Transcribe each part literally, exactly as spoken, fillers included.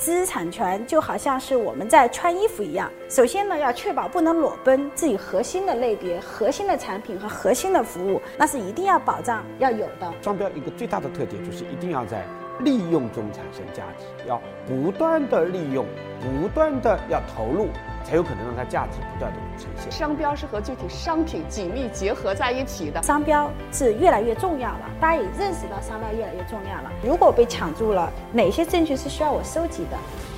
知识产权就好像是我们在穿衣服一样，首先呢要确保不能裸奔自己核心的类别、核心的产品和核心的服务，那是一定要保障要有的。 商标一个最大的特点就是一定要在利用中产生价值，要不断的利用，不断的要投入，才有可能让它价值不断的呈现。 商标是和具体商品紧密结合在一起的， 商标是越来越重要了，大家也认识到商标越来越重要了。如果被抢注了，哪些证据是需要我收集的？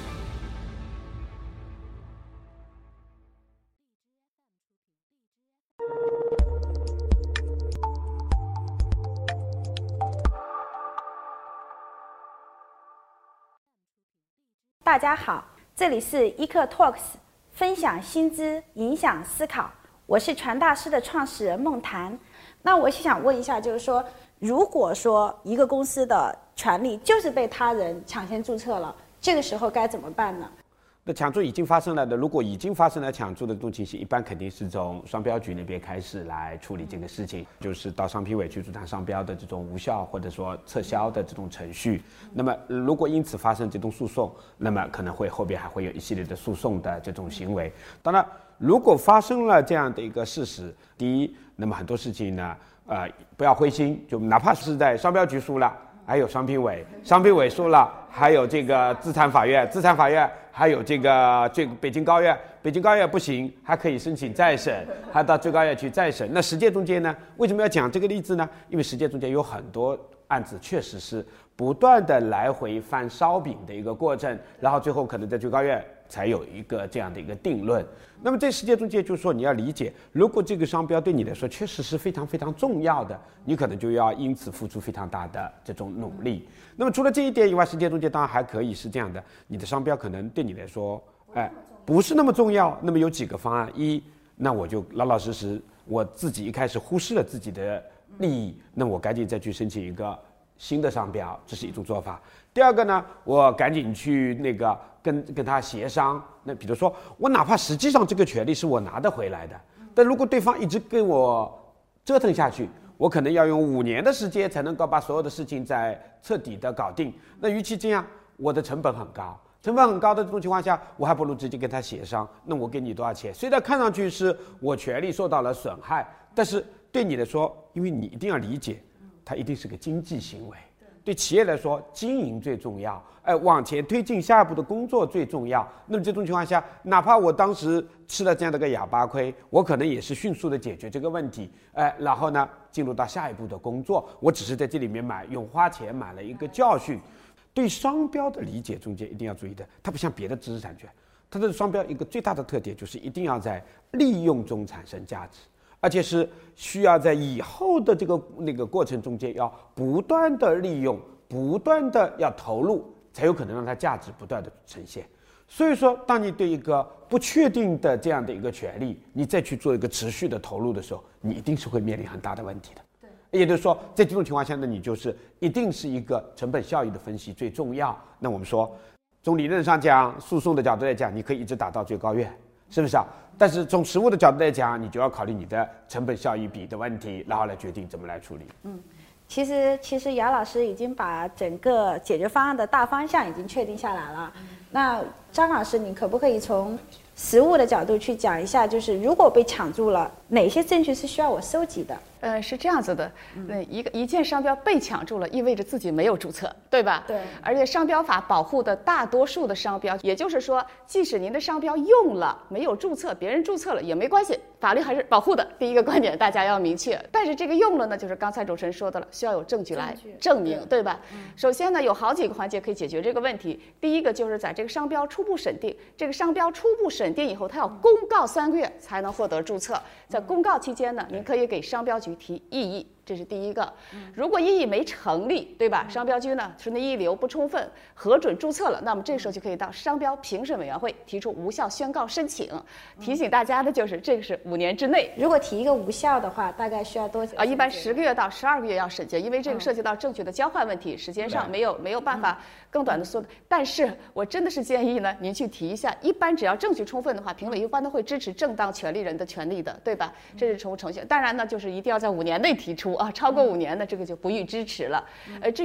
大家好，这里是 Eco Talks， 分享新知，影响思考。我是传大师的创始人孟谈。那我想问一下，就是说，如果说一个公司的权利就是被他人抢先注册了，这个时候该怎么办呢？ 那抢注已经发生了的，如果已经发生了抢注的这种情形，一般肯定是从商标局那边开始来处理这个事情，就是到商评委去主张商标的这种无效或者说撤销的这种程序。那么如果因此发生这种诉讼，那么可能会后边还会有一系列的诉讼的这种行为。当然，如果发生了这样的一个事实，第一，那么很多事情呢，呃，不要灰心，就哪怕是在商标局输了，还有商评委，商评委输了，还有这个资产法院，资产法院还有这个这个北京高院，北京高院不行，还可以申请再审，还到最高院去再审。那实践中间呢，为什么要讲这个例子呢？因为实践中间有很多案子确实是不断的来回翻烧饼的一个过程，然后最后可能在最高院才有一个这样的一个定论。那么在实践中间，就是说你要理解，如果这个商标对你来说确实是非常非常重要的，你可能就要因此付出非常大的这种努力。那么除了这一点以外，实践中间当然还可以是这样的，你的商标可能对你来说，哎，不是那么重要。那么有几个方案：一，那我就老老实实，我自己一开始忽视了自己的利益，那我赶紧再去申请一个新的商标，这是一种做法。第二个呢，我赶紧去那个跟跟他协商。那比如说，我哪怕实际上这个权利是我拿得回来的，但如果对方一直跟我折腾下去，我可能要用五年的时间才能够把所有的事情再彻底的搞定。那与其这样，我的成本很高，成本很高的这种情况下，我还不如直接跟他协商。那我给你多少钱？虽然看上去是我权利受到了损害，但是对你来说，因为你一定要理解，它一定是个经济行为。对企业来说，经营最重要，哎，往前推进下一步的工作最重要。那么这种情况下，哪怕我当时吃了这样的个哑巴亏，我可能也是迅速的解决这个问题，哎，然后呢，进入到下一步的工作。我只是在这里面买，用花钱买了一个教训。对商标的理解中间一定要注意的，它不像别的知识产权，它的商标一个最大的特点就是一定要在利用中产生价值。而且是需要在以后的这个那个过程中间要不断的利用，不断的要投入，才有可能让它价值不断的呈现。所以说，当你对一个不确定的这样的一个权利，你再去做一个持续的投入的时候，你一定是会面临很大的问题的。对，也就是说，在这种情况下呢，你就是一定是一个成本效益的分析最重要。那我们说，从理论上讲，诉讼的角度来讲，你可以一直打到最高院。是不是啊？但是从实务的角度来讲，你就要考虑你的成本效益比的问题，然后来决定怎么来处理。 嗯，其实其实姚老师已经把整个解决方案的大方向已经确定下来了。嗯、那张老师，你可不可以从实务的角度去讲一下，就是如果被抢注了，哪些证据是需要我收集的？ 呃，是这样子的，那一个一件商标被抢注了，意味着自己没有注册，对吧？ 对。 而且商标法保护的大多数的商标，也就是说，即使您的商标用了没有注册，别人注册了也没关系，法律还是保护的。第一个观点大家要明确。但是这个用了呢，就是刚才主持人说的了，需要有证据来证明， 对, 对吧？嗯、首先呢，有好几个环节可以解决这个问题。第一个就是在这个商标初步审定，这个商标初步审定以后，它要公告三个月才能获得注册。在公告期间呢，您可以给商标局提异议，这是第一个。如果异议没成立，对吧？商标局呢说那异议理由不充分，核准注册了，那么这时候就可以到商标评审委员会提出无效宣告申请。提醒大家的就是，这个是五年之内。 如果提一个无效的话，大概需要多久？ 啊，一般十个月到十二个月要审结，因为这个涉及到证据的交换问题，时间上没有没有办法更短的缩。但是我真的是建议呢，您去提一下。一般只要证据充分的话，评委一般都会支持正当权利人的权利的，对吧？这是从程序。当然呢，就是一定要在五年内提出啊，超过五年呢，这个就不予支持了。呃，至于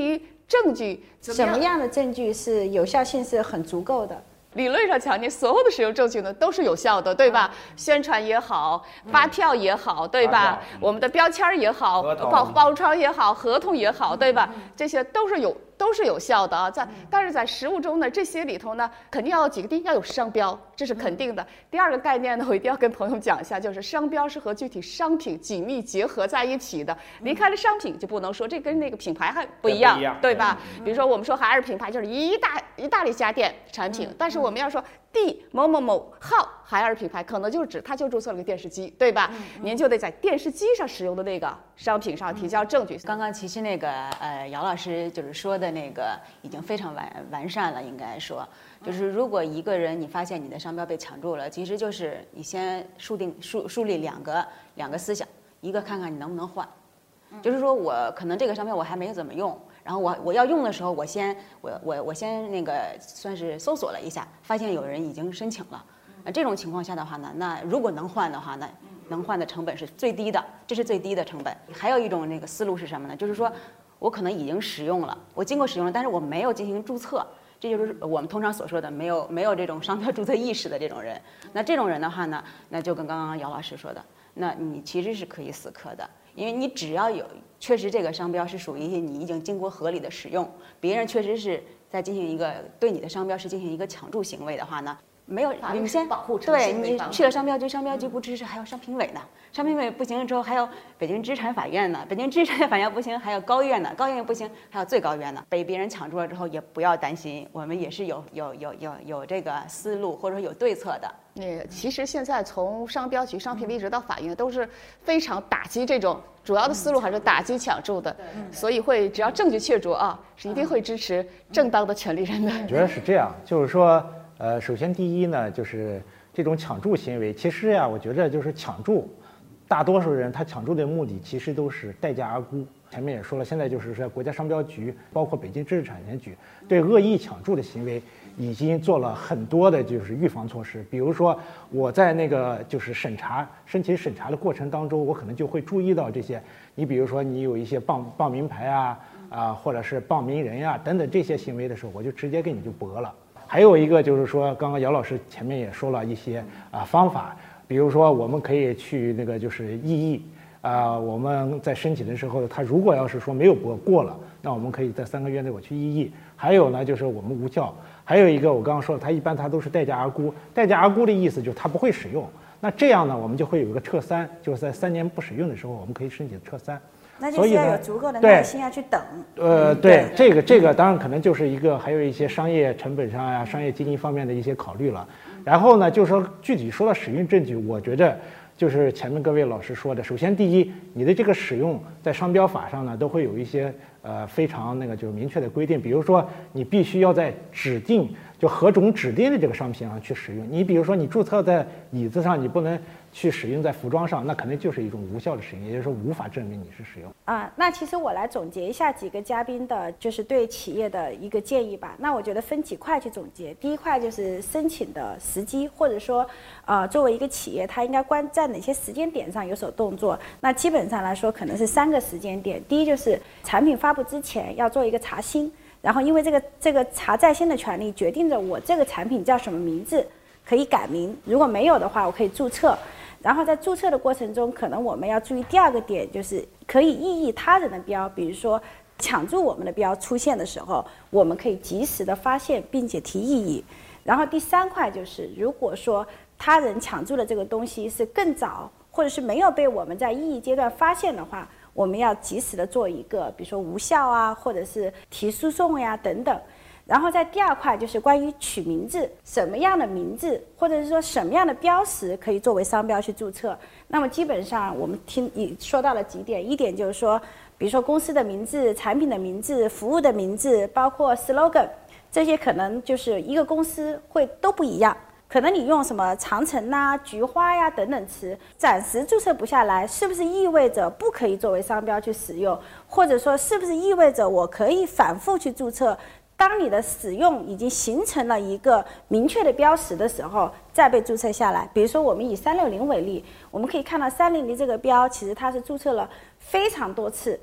证据怎么样？ 什么样的证据是有效性是很足够的？ 理论上讲，你所有的使用证据呢都是有效的，对吧？宣传也好，发票也好，对吧？我们的标签也好，包包装也好，合同也好，对吧？这些都是有都是有效的啊。在但是在实务中呢，这些里头呢，肯定要有几个，第一要有商标，这是肯定的。第二个概念呢，我一定要跟朋友们讲一下，就是商标是和具体商品紧密结合在一起的。离开了商品就不能说，这跟那个品牌还不一样，对吧？比如说我们说海尔品牌就是一大一大类家电产品，但是我们要说第某某某号海尔品牌，可能就指他就注册了个电视机，对吧？您就得在电视机上使用的那个商品上提交证据。 刚刚其实那个呃姚老师就是说的那个已经非常完完善了，应该说就是如果一个人你发现你的商标被抢注了，其实就是你先树定树树立两个两个思想，一个看看你能不能换，就是说我可能这个商标我还没怎么用。然后我我要用的时候，我先我我我先那个算是搜索了一下，发现有人已经申请了。那这种情况下的话呢，那如果能换的话呢，能换的成本是最低的，这是最低的成本。还有一种那个思路是什么呢？就是说我可能已经使用了，我经过使用了，但是我没有进行注册，这就是我们通常所说的没有没有这种商标注册意识的这种人。那这种人的话呢，那就跟刚刚姚老师说的，那你其实是可以死磕的。因为你只要有确实这个商标是属于你已经经过合理的使用，别人确实是在进行一个对你的商标是进行一个抢注行为的话呢，没有你先保护对你去了商标局，商标局不支持，还有商评委呢，商评委不行之后还有北京知识产法院呢，北京知识产法院不行还有高院呢，高院不行还有最高院呢。被别人抢注了之后也不要担心，我们也是有有有有有这个思路或者说有对策的。 那个其实现在从商标局、商评委一直到法院都是非常打击这种，主要的思路还是打击抢注的，所以会只要证据确凿啊，是一定会支持正当的权利人的。 我觉得是这样，就是说，呃，首先第一呢，就是这种抢注行为，其实呀，我觉得就是抢注，大多数人他抢注的目的其实都是待价而沽。前面也说了，现在就是说国家商标局，包括北京知识产权局，对恶意抢注的行为已经做了很多的就是预防措施。比如说我在那个就是审查申请审查的过程当中，我可能就会注意到这些。你比如说你有一些报报名牌啊啊，或者是报名人呀、啊、等等这些行为的时候，我就直接给你就驳了。还有一个就是说，刚刚姚老师前面也说了一些啊方法，比如说我们可以去那个就是异议。啊、呃，我们在申请的时候，他如果要是说没有过过了，那我们可以在三个月内我去异议。还有呢，就是我们无效。还有一个我刚刚说了，他一般他都是待价而沽。待价而沽的意思就是他不会使用。那这样呢，我们就会有一个撤三，就是在三年不使用的时候，我们可以申请撤三。 那就是要有足够的耐心要去等。 呃，对，这个这个当然可能就是一个还有一些商业成本上呀、商业基金方面的一些考虑了。然后呢，就是说具体说到使用证据，我觉得。就是前面各位老师说的，首先第一，你的这个使用在商标法上呢，都会有一些呃非常那个就是明确的规定，比如说你必须要在指定就何种指定的这个商品上去使用。你比如说你注册在椅子上，你不能去使用在服装上，那肯定就是一种无效的使用，也就是说无法证明你是使用。 啊，那其实我来总结一下几个嘉宾的，就是对企业的一个建议吧。那我觉得分几块去总结。第一块就是申请的时机，或者说，呃，作为一个企业，它应该关在哪些时间点上有所动作。那基本上来说，可能是三个时间点。第一就是产品发布之前要做一个查新，然后因为这个这个查在新的权利决定着我这个产品叫什么名字，可以改名。如果没有的话，我可以注册。然后在注册的过程中，可能我们要注意第二个点，就是可以异议他人的标，比如说抢注我们的标出现的时候，我们可以及时的发现并且提异议。然后第三块就是，如果说他人抢注的这个东西是更早，或者是没有被我们在异议阶段发现的话，我们要及时的做一个，比如说无效啊，或者是提诉讼呀等等。然后在第二块就是关于取名字，什么样的名字或者是说什么样的标识可以作为商标去注册。那么基本上我们听你说到了几点，一点就是说，比如说公司的名字、产品的名字、服务的名字，包括 slogan， 这些可能就是一个公司会都不一样。可能你用什么长城啊、菊花呀等等词，暂时注册不下来，是不是意味着不可以作为商标去使用？或者说是不是意味着我可以反复去注册？当你的使用已经形成了一个明确的标识的时候，再被注册下来。比如说我们以三六零为例，我们可以看到三六零这个标其实它是注册了非常多次，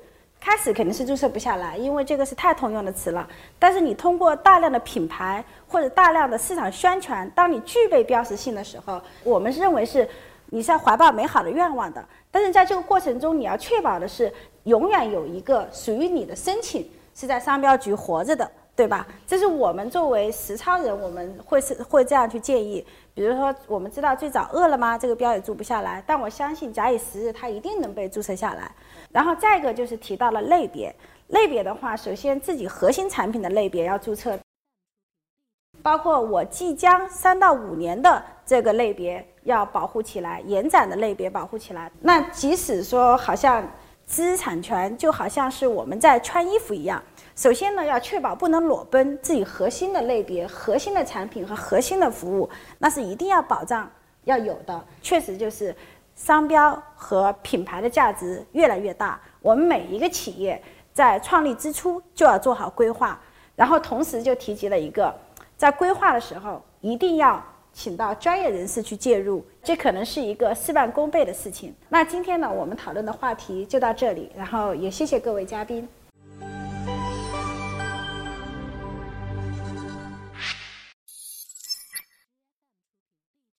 开始肯定是注册不下来，因为这个是太通用的词了。但是你通过大量的品牌或者大量的市场宣传，当你具备标识性的时候，我们认为是你是要怀抱美好的愿望的。但是在这个过程中，你要确保的是永远有一个属于你的申请是在商标局活着的，对吧？这是我们作为实操人，我们会是会这样去建议。比如说，我们知道最早饿了么这个标也注不下来，但我相信假以时日，它一定能被注册下来。然后再一个就是提到了类别，类别的话，首先自己核心产品的类别要注册，包括我即将三到五年的这个类别要保护起来，延展的类别保护起来。那即使说好像知识产权就好像是我们在穿衣服一样。首先呢，要确保不能裸奔自己核心的类别、核心的产品和核心的服务，那是一定要保障要有的。确实就是商标和品牌的价值越来越大，我们每一个企业在创立之初就要做好规划，然后同时就提及了一个，在规划的时候一定要请到专业人士去介入，这可能是一个事半功倍的事情。那今天呢，我们讨论的话题就到这里，然后也谢谢各位嘉宾。